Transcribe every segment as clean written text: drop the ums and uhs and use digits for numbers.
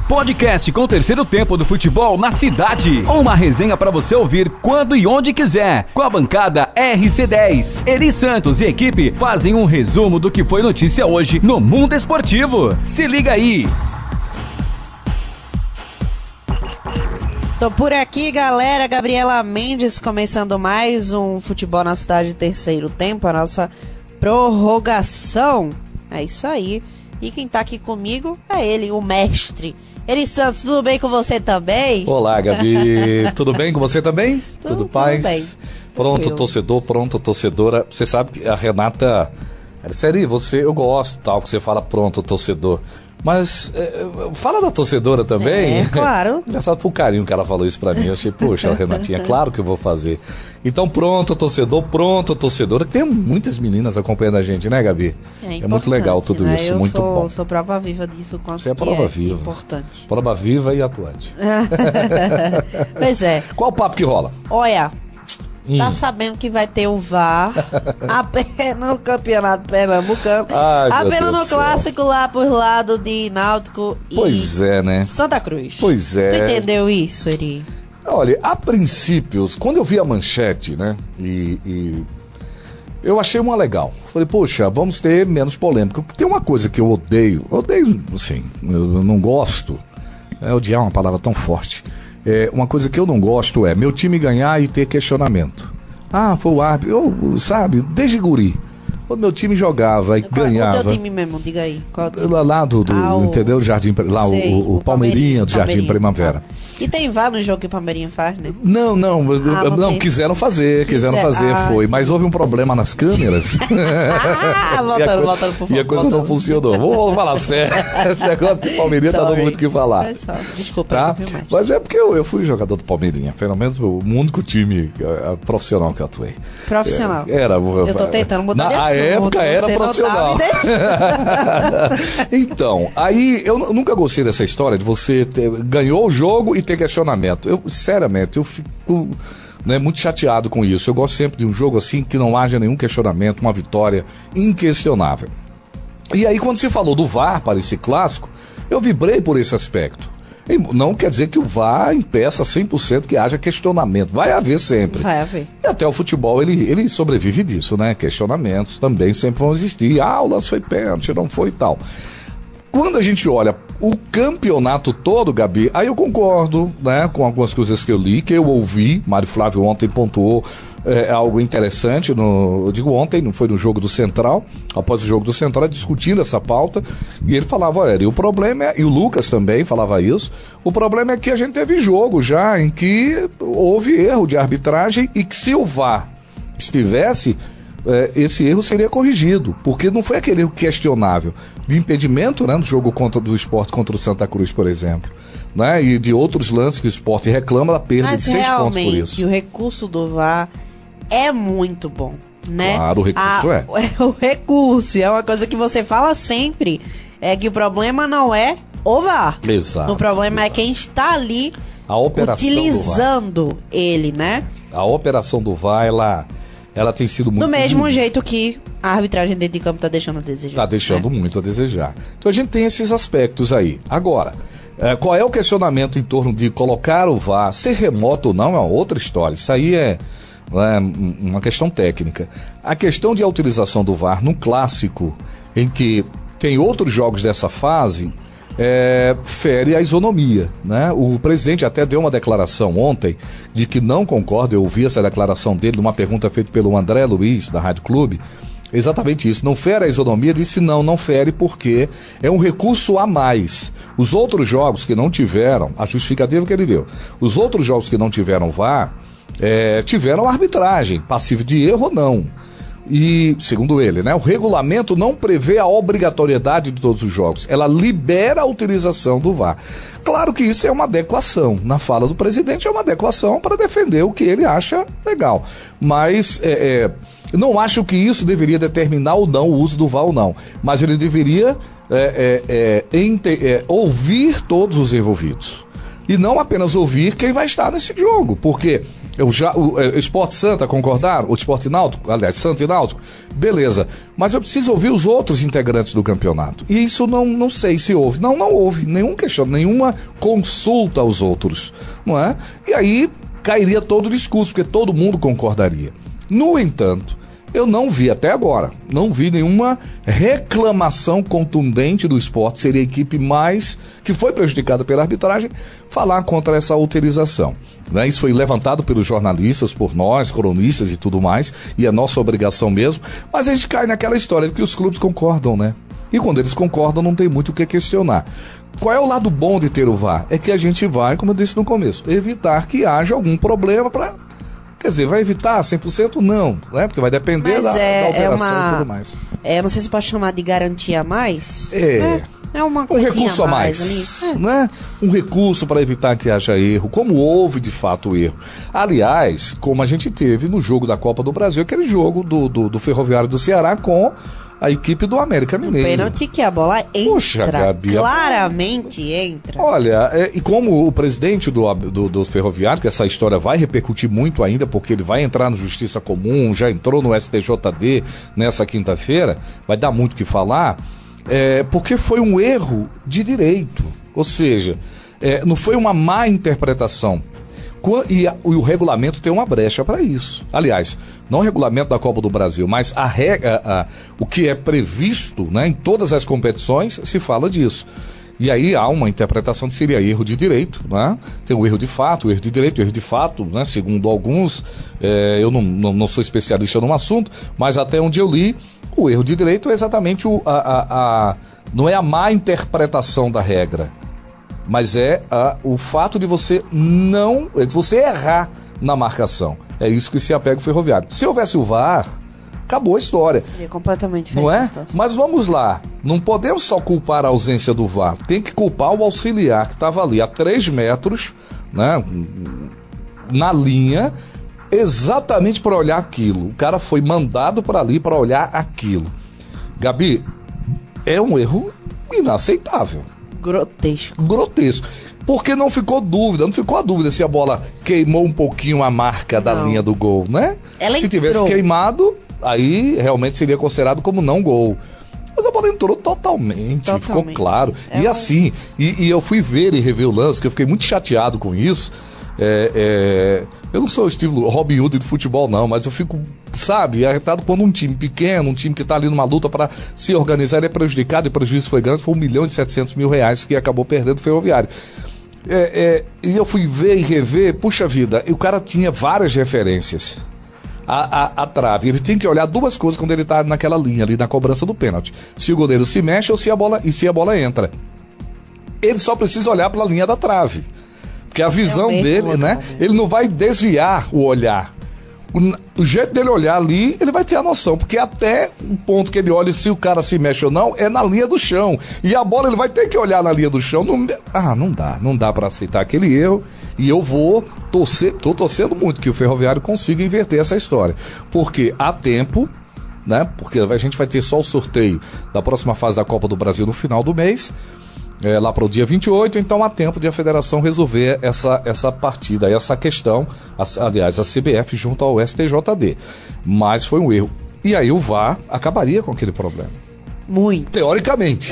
Podcast com o terceiro tempo do futebol na cidade. Uma resenha para você ouvir quando e onde quiser. Com a bancada RC10. Eri Santos e equipe fazem um resumo do que foi notícia hoje no mundo esportivo. Se liga aí. Tô por aqui, galera. Gabriela Mendes começando mais um Futebol na Cidade terceiro tempo, a nossa prorrogação. É isso aí. E quem tá aqui comigo é ele, o mestre. Eri Santos, tudo bem com você também? Olá, Gabi. Tudo bem com você também? Tudo paz? Tudo bem. Pronto, Tranquilo. torcedor, pronto, torcedora. Você sabe que a Renata... Sério, eu gosto tal que você fala pronto, torcedor. Mas fala da torcedora também. É, claro. Engraçado, foi o carinho que ela falou isso pra mim. Eu achei, poxa, Renatinha, claro que eu vou fazer. Então, pronto, torcedor, pronto, torcedora. Tem muitas meninas acompanhando a gente, né, Gabi? É muito legal tudo né? isso, muito bom. Eu sou prova viva disso. Você é prova viva. Importante. Prova viva e atuante. Pois é. Qual o papo que rola? Olha... Tá sabendo que vai ter o VAR apenas no campeonato pernambucano, apenas no clássico lá por lado de Náutico e pois é, né? Santa Cruz. Pois é. Tu entendeu isso, Eri? Olha, a princípios, quando eu vi a manchete, né, e eu achei uma legal. Falei, poxa, vamos ter menos polêmica. Tem uma coisa que eu odeio, assim, eu não gosto, odiar é uma palavra tão forte. Uma coisa que eu não gosto é meu time ganhar e ter questionamento. Ah, foi o árbitro, sabe, desde guri. Quando meu time jogava e ganhava. Qual é o teu time mesmo? Diga aí. Qual é o time? Lá do entendeu? Jardim, lá sei, o Palmeirinha do Jardim Primavera. E tem VAR no jogo que o Palmeirinha faz, né? Não, quiseram fazer, foi. Mas houve um problema nas câmeras. Voltando por favor. E a coisa não funcionou. Vamos falar sério. Esse negócio do Palmeirinha tá dando muito o que falar. Desculpa, tá? Mas é porque eu fui jogador do Palmeirinha. Pelo menos o único time profissional que eu atuei. Profissional. Eu tô tentando mudar de assunto. Na época era profissional. Então, aí eu nunca gostei dessa história de você ganhou o jogo e ter questionamento. Sinceramente, eu fico muito chateado com isso. Eu gosto sempre de um jogo assim que não haja nenhum questionamento, uma vitória inquestionável. E aí, quando se falou do VAR para esse clássico, eu vibrei por esse aspecto. E não quer dizer que o VAR impeça 100% que haja questionamento. Vai haver sempre. Vai haver. E até o futebol, ele sobrevive disso, né? Questionamentos também sempre vão existir. O lance foi pênalti, não foi e tal. Quando a gente olha o campeonato todo, Gabi, aí eu concordo, né, com algumas coisas que eu li, que eu ouvi. Mário Flávio ontem pontuou algo interessante, eu digo ontem, não foi no jogo do Central, após o jogo do Central, discutindo essa pauta, e ele falava, olha, e o problema e o Lucas também falava isso, o problema é que a gente teve jogo já em que houve erro de arbitragem e que se o VAR estivesse... esse erro seria corrigido, porque não foi aquele erro questionável de impedimento, né, no jogo do Sport contra o Santa Cruz, por exemplo, né, e de outros lances que o Sport reclama da perda de 6 pontos por isso. O recurso do VAR é muito bom, né? Claro, o recurso o recurso é uma coisa que você fala sempre, é que o problema não é o VAR. Exato. O problema é quem está ali utilizando ele, né? A operação do VAR, ela tem sido muito... Do mesmo jeito que a arbitragem dentro de campo tá deixando a desejar. Está deixando muito a desejar. Então a gente tem esses aspectos aí. Agora, qual é o questionamento em torno de colocar o VAR, ser remoto ou não, é uma outra história. Isso aí é uma questão técnica. A questão de a utilização do VAR no clássico, em que tem outros jogos dessa fase... fere a isonomia, né? O presidente até deu uma declaração ontem de que não concorda. Eu ouvi essa declaração dele numa pergunta feita pelo André Luiz da Rádio Clube, exatamente isso, não fere a isonomia. Disse não fere porque é um recurso a mais. Os outros jogos que não tiveram, a justificativa que ele deu, os outros jogos que não tiveram VAR tiveram arbitragem, passível de erro ou não. E, segundo ele, né, o regulamento não prevê a obrigatoriedade de todos os jogos. Ela libera a utilização do VAR. Claro que isso é uma adequação. Na fala do presidente é uma adequação para defender o que ele acha legal. Mas não acho que isso deveria determinar ou não o uso do VAR ou não. Mas ele deveria ouvir todos os envolvidos. E não apenas ouvir quem vai estar nesse jogo. Porque O Sport Santa, concordaram? O Sport Náutico, aliás, Santa e Náutico, beleza. Mas eu preciso ouvir os outros integrantes do campeonato. E isso não sei se houve. Não houve nenhum questionamento, nenhuma consulta aos outros, não é? E aí cairia todo o discurso, porque todo mundo concordaria. No entanto, eu não vi até agora, não vi nenhuma reclamação contundente do Sport, seria a equipe mais que foi prejudicada pela arbitragem, falar contra essa autorização. Né? Isso foi levantado pelos jornalistas, por nós, cronistas e tudo mais, e é nossa obrigação mesmo, mas a gente cai naquela história de que os clubes concordam, né? E quando eles concordam, não tem muito o que questionar. Qual é o lado bom de ter o VAR? É que a gente vai, como eu disse no começo, evitar que haja algum problema para... Quer dizer, vai evitar 100%? Não, né? Porque vai depender da operação e tudo mais. Não sei se pode chamar de garantia a mais. É uma um recurso a mais, né? Um recurso para evitar que haja erro, como houve de fato erro. Aliás, como a gente teve no jogo da Copa do Brasil, aquele jogo do Ferroviário do Ceará com a equipe do América Mineiro. Pênalti que a bola entra. Poxa, Gabi, claramente entra. Olha, e como o presidente do Ferroviário, que essa história vai repercutir muito ainda, porque ele vai entrar no Justiça Comum, já entrou no STJD nessa quinta-feira, vai dar muito o que falar, porque foi um erro de direito. Ou seja, não foi uma má interpretação. E o regulamento tem uma brecha para isso. Aliás, não o regulamento da Copa do Brasil, mas a regra, o que é previsto, né, em todas as competições, se fala disso. E aí há uma interpretação que seria erro de direito, né? Tem o erro de fato, o erro de direito, o erro de fato, né? Segundo alguns, eu não sou especialista no assunto, mas até onde eu li, o erro de direito é exatamente não é a má interpretação da regra, mas o fato de você errar na marcação. É isso que se apega o Ferroviário. Se houvesse o VAR, acabou a história. Seria completamente diferente. Não é? Mas vamos lá, não podemos só culpar a ausência do VAR, tem que culpar o auxiliar que estava ali a 3 metros, né, na linha, exatamente para olhar aquilo. O cara foi mandado para ali para olhar aquilo. Gabi, é um erro inaceitável. Grotesco. Porque não ficou a dúvida se a bola queimou um pouquinho a marca da linha do gol, né? Se tivesse queimado, aí realmente seria considerado como não gol. Mas a bola entrou totalmente. Ficou claro. E assim, e eu fui ver e rever o lance, que eu fiquei muito chateado com isso. Eu não sou o estilo Robin Hood de futebol, não, mas eu fico, arretado quando um time pequeno, um time que tá ali numa luta para se organizar, ele é prejudicado, e o prejuízo foi grande, foi R$1.700.000 que acabou perdendo o Ferroviário. E eu fui ver e rever, puxa vida, o cara tinha várias referências. A trave, ele tem que olhar 2 coisas quando ele tá naquela linha ali na cobrança do pênalti: se o goleiro se mexe ou se a bola entra. Ele só precisa olhar para a linha da trave, porque a visão dele, né? Ele não vai desviar o olhar. O jeito dele olhar ali, ele vai ter a noção, porque até o ponto que ele olha se o cara se mexe ou não é na linha do chão. E a bola ele vai ter que olhar na linha do chão. Não dá para aceitar aquele erro. E eu tô torcendo muito que o Ferroviário consiga inverter essa história. Porque há tempo, né? Porque a gente vai ter só o sorteio da próxima fase da Copa do Brasil no final do mês. Lá para o dia 28, então há tempo de a federação resolver essa partida, essa questão, aliás, a CBF junto ao STJD. Mas foi um erro. E aí o VAR acabaria com aquele problema. Muito. Teoricamente.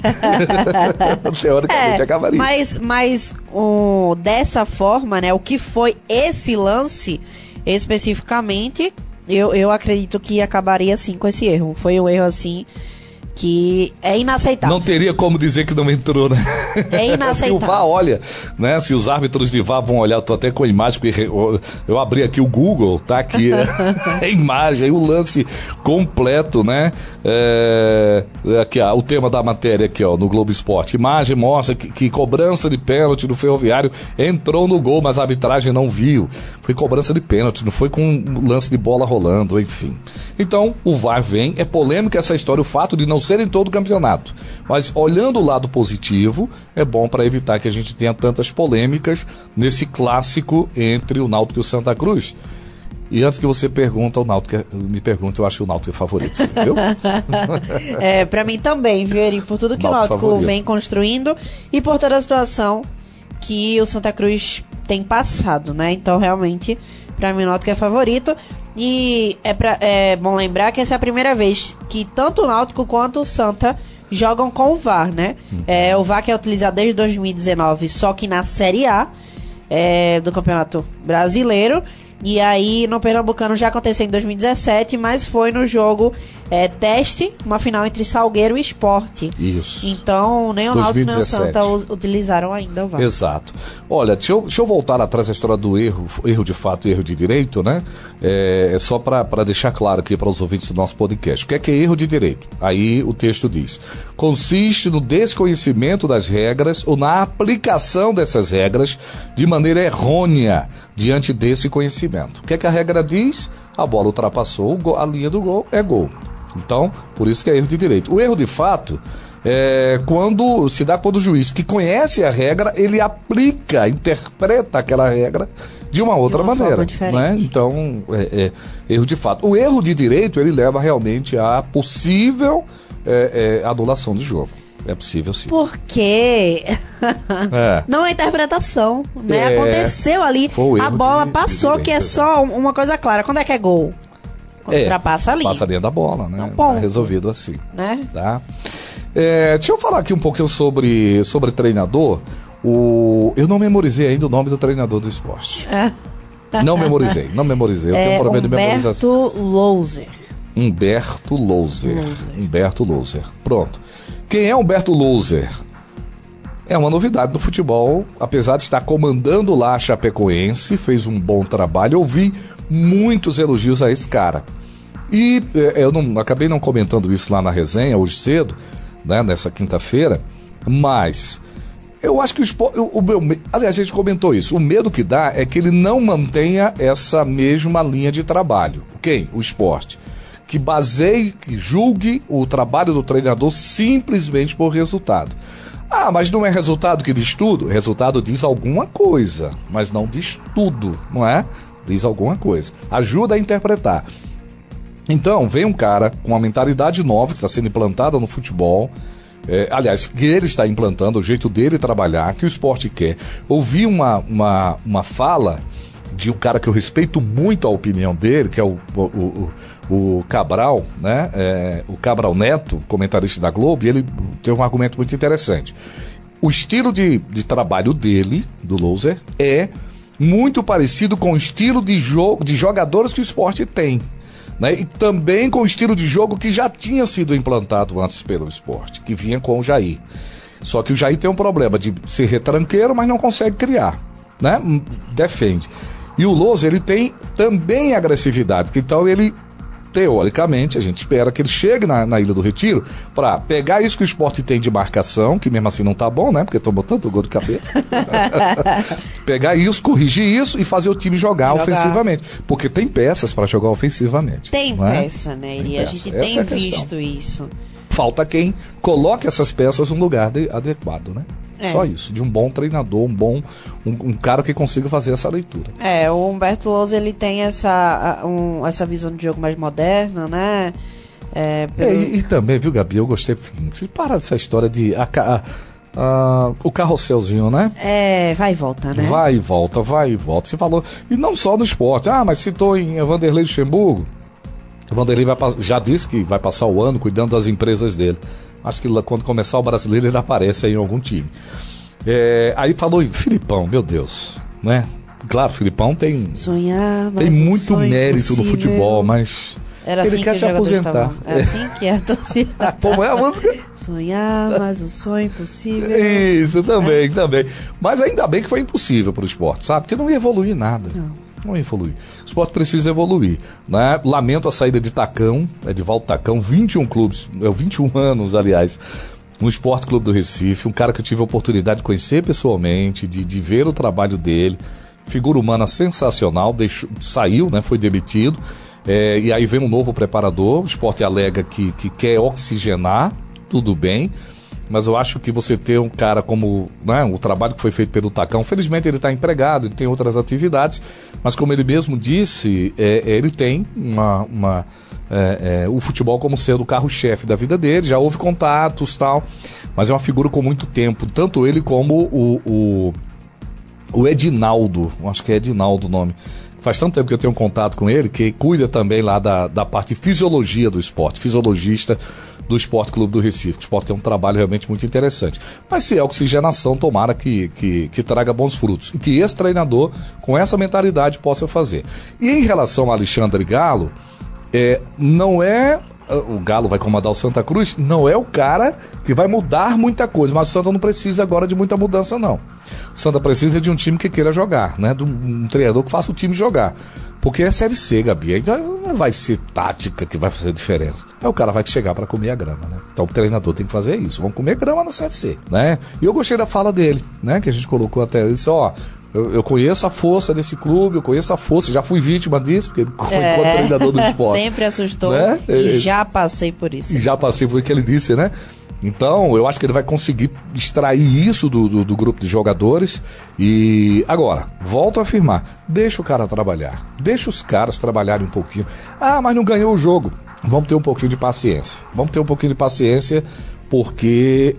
Teoricamente acabaria. Mas dessa forma, né, o que foi esse lance especificamente, eu acredito que acabaria sim com esse erro. Foi um erro assim que é inaceitável. Não teria como dizer que não entrou, né? É inaceitável. Se o VAR olha, né? Se os árbitros de VAR vão olhar, eu tô até com a imagem, porque eu abri aqui o Google, tá aqui a imagem, o lance completo, né? Aqui, o tema da matéria aqui, ó, no Globo Esporte. Imagem mostra que cobrança de pênalti do Ferroviário entrou no gol, mas a arbitragem não viu. Foi cobrança de pênalti, não foi com lance de bola rolando, enfim. Então, o VAR vem, é polêmica essa história, o fato de não ser em todo o campeonato. Mas olhando o lado positivo, é bom para evitar que a gente tenha tantas polêmicas nesse clássico entre o Náutico e o Santa Cruz. E antes que você me pergunte, eu acho que o Náutico é favorito, viu? Para mim também, viu, Eri? Por tudo que o Náutico vem construindo e por toda a situação que o Santa Cruz tem passado, né? Então, realmente, Pra mim, o Náutico é favorito. E é bom lembrar que essa é a primeira vez que tanto o Náutico quanto o Santa jogam com o VAR, né? O VAR que é utilizado desde 2019, só que na Série A do Campeonato Brasileiro. E aí no Pernambucano já aconteceu em 2017, mas foi no jogo teste, uma final entre Salgueiro e Sport. Isso. Então nem o Náutico nem o 2017. Santa utilizaram ainda o VAR. Exato. Olha, deixa eu voltar atrás a história do erro de fato e erro de direito, né? É só para deixar claro aqui para os ouvintes do nosso podcast. O que é erro de direito? Aí o texto diz: consiste no desconhecimento das regras ou na aplicação dessas regras de maneira errônea diante desse conhecimento. O que a regra diz? A bola ultrapassou a linha do gol, é gol. Então, por isso que é erro de direito. O erro de fato quando o juiz que conhece a regra, ele aplica, interpreta aquela regra de uma outra maneira, né? Então, erro de fato. O erro de direito, ele leva realmente a possível anulação de jogo. É possível, sim. Porque não é interpretação, né? Aconteceu ali, a bola passou, que é só uma coisa clara. Quando é que é gol? Quando ultrapassa ali. Passa dentro da bola, né? Tá resolvido assim. Né? Tá? Deixa eu falar aqui um pouquinho sobre treinador. Eu não memorizei ainda o nome do treinador do esporte. Não memorizei. Eu tenho um problema de memorização. Humberto Louser. Pronto. Quem é Humberto Louser? É uma novidade no futebol, apesar de estar comandando lá a Chapecoense, fez um bom trabalho. Eu vi muitos elogios a esse cara. E eu acabei não comentando isso lá na resenha hoje cedo, né, nessa quinta-feira, mas eu acho que aliás, a gente comentou isso. O medo que dá é que ele não mantenha essa mesma linha de trabalho. Quem? O esporte. Que baseie, que julgue o trabalho do treinador simplesmente por resultado. Mas não é resultado que diz tudo? Resultado diz alguma coisa, mas não diz tudo, não é? Diz alguma coisa. Ajuda a interpretar. Então, vem um cara com uma mentalidade nova que está sendo implantada no futebol, aliás, que ele está implantando, o jeito dele trabalhar, que o esporte quer. Ouvi uma fala de um cara que eu respeito muito a opinião dele, que é o Cabral, né? O Cabral Neto, comentarista da Globo, e ele tem um argumento muito interessante. O estilo de trabalho dele, do Louser, é muito parecido com o estilo de jogadores que o esporte tem, né? E também com o estilo de jogo que já tinha sido implantado antes pelo esporte, que vinha com o Jair. Só que o Jair tem um problema de ser retranqueiro, mas não consegue criar, né? Defende. E o Louser, ele tem também agressividade, então ele, teoricamente, a gente espera que ele chegue na Ilha do Retiro para pegar isso que o esporte tem de marcação, que mesmo assim não tá bom, né? Porque tomou tanto gol de cabeça. Pegar isso, corrigir isso e fazer o time jogar ofensivamente. Porque tem peças para jogar ofensivamente. Tem peça, né? E a gente tem visto isso. Falta quem coloque essas peças no lugar adequado, né? Só isso, de um bom treinador, um cara que consiga fazer essa leitura. O Humberto Louser, ele tem essa visão de jogo mais moderna, né? E também, viu, Gabi, eu gostei. Você para dessa história de o carrosselzinho, né? Vai e volta, né? Vai e volta. Você falou, e não só no esporte. Mas citou em Vanderlei Luxemburgo. O Vanderlei já disse que vai passar o ano cuidando das empresas dele. Acho que quando começar o brasileiro ele aparece aí em algum time. Aí falou em Filipão, meu Deus, né? Claro, Filipão tem muito mérito no futebol, mas ele quer se aposentar. É assim que é a torcida. Como é a música? Sonhar, mas o sonho impossível. Isso, também. Mas ainda bem que foi impossível pro esporte, sabe? Porque não ia evoluir nada. Não ia evoluir. O esporte precisa evoluir, né? Lamento a saída de Tacão, Edivaldo Tacão, 21 anos, aliás, no Esporte Clube do Recife, um cara que eu tive a oportunidade de conhecer pessoalmente, de ver o trabalho dele, figura humana sensacional, saiu, né? Foi demitido, e aí vem um novo preparador. O esporte alega que quer oxigenar, tudo bem, mas eu acho que você ter um cara como, né, o trabalho que foi feito pelo Tacão, felizmente ele está empregado, ele tem outras atividades, mas como ele mesmo disse, ele tem o futebol como sendo o carro-chefe da vida dele, já houve contatos e tal, mas é uma figura com muito tempo, tanto ele como o Edinaldo, acho que é Edinaldo o nome, faz tanto tempo que eu tenho contato com ele, que cuida também lá da parte de fisiologia do esporte, fisiologista do Esporte Clube do Recife. O esporte tem um trabalho realmente muito interessante. Mas se é oxigenação, tomara que traga bons frutos. E que esse treinador, com essa mentalidade, possa fazer. E em relação ao Alexandre Galo, não é... O Galo vai comandar o Santa Cruz, não é o cara que vai mudar muita coisa, mas o Santa não precisa agora de muita mudança, não. O Santa precisa de um time que queira jogar, né? De um treinador que faça o time jogar. Porque é Série C, Gabi, então não vai ser tática que vai fazer diferença. O cara vai chegar para comer a grama, né? Então o treinador tem que fazer isso, vamos comer grama na Série C, né? E eu gostei da fala dele, né? Que a gente colocou até, ele disse, eu conheço a força desse clube, eu conheço a força, já fui vítima disso, porque enquanto treinador do esporte. Sempre assustou, né? E já passei por isso. E já passei por o que ele disse, né? Então, eu acho que ele vai conseguir extrair isso do grupo de jogadores. E agora, volto a afirmar, deixa o cara trabalhar, deixa os caras trabalharem um pouquinho. Mas não ganhou o jogo. Vamos ter um pouquinho de paciência. Porque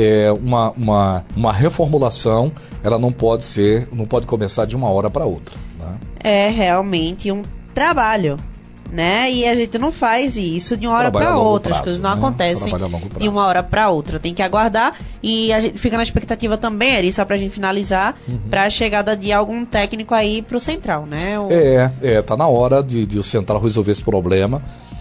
uma reformulação, ela não pode começar de uma hora para outra, né? É realmente um trabalho, né? E a gente não faz isso de uma hora para outra. As coisas não acontecem de uma hora para outra. Tem que aguardar e a gente fica na expectativa também, Eri, só pra gente finalizar, para a chegada de algum técnico aí pro Central, né? Tá na hora de o Central resolver esse problema,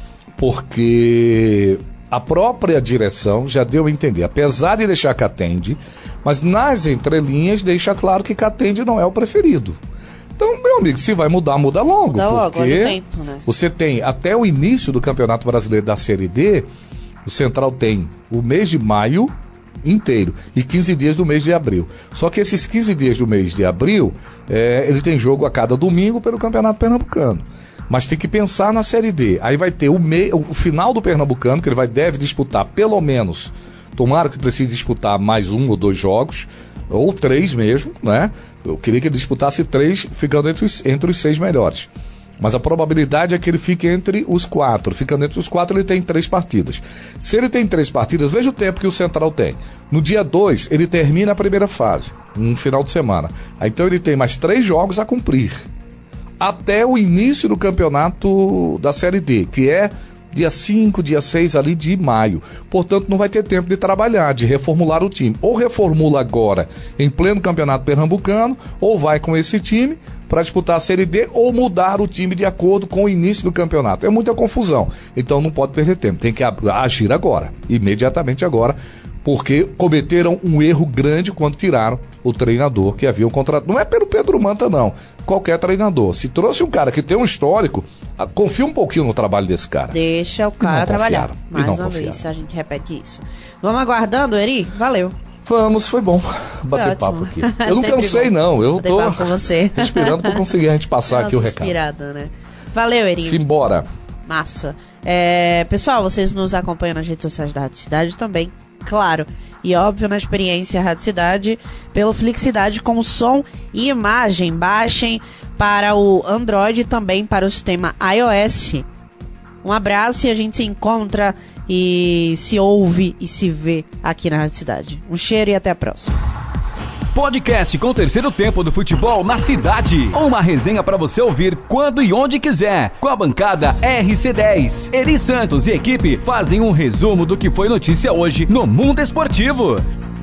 porque a própria direção já deu a entender, apesar de deixar Catende, mas nas entrelinhas deixa claro que Catende não é o preferido. Então, meu amigo, se vai mudar, muda logo. Muda logo, porque tempo, né? Você tem, até o início do Campeonato Brasileiro da Série D, o Central tem o mês de maio inteiro e 15 dias do mês de abril. Só que esses 15 dias do mês de abril, ele tem jogo a cada domingo pelo Campeonato Pernambucano. Mas tem que pensar na Série D. Aí vai ter o final do Pernambucano, que ele deve disputar pelo menos, tomara que precise disputar mais 1 ou 2 jogos, ou 3 mesmo, né? Eu queria que ele disputasse 3, ficando entre os 6 melhores. Mas a probabilidade é que ele fique entre os 4. Ficando entre os 4, ele tem 3 partidas. Se ele tem 3 partidas, veja o tempo que o Central tem. No dia 2, ele termina a primeira fase, um final de semana. Aí, então ele tem mais 3 jogos a cumprir, até o início do campeonato da Série D, que é dia 5, dia 6 ali de maio. Portanto, não vai ter tempo de trabalhar, de reformular o time. Ou reformula agora, em pleno campeonato pernambucano, ou vai com esse time para disputar a Série D, ou mudar o time de acordo com o início do campeonato. É muita confusão. Então não pode perder tempo. Tem que agir agora, imediatamente agora, porque cometeram um erro grande quando tiraram o treinador que haviam contratado. Não é pelo Pedro Manta, não. Qualquer treinador. Se trouxe um cara que tem um histórico, confia um pouquinho no trabalho desse cara. Deixa o cara trabalhar. Mais uma vez, a gente repete isso. Vamos aguardando, Eri? Valeu. Vamos, foi bom bater papo aqui. Eu não cansei, não. Eu tô com você. respirando para conseguir a gente passar aqui o recado. Inspirada, né? Valeu, Eri. Simbora. Massa. Pessoal, vocês nos acompanham nas redes sociais da Rádio Cidade também, claro. E óbvio, na experiência Rádio Cidade, pelo Flixidade com som e imagem. Baixem para o Android e também para o sistema iOS. Um abraço e a gente se encontra e se ouve e se vê aqui na Rádio Cidade. Um cheiro e até a próxima. Podcast com o terceiro tempo do futebol na cidade. Uma resenha para você ouvir quando e onde quiser. Com a bancada RC10. Eri Santos e equipe fazem um resumo do que foi notícia hoje no mundo esportivo.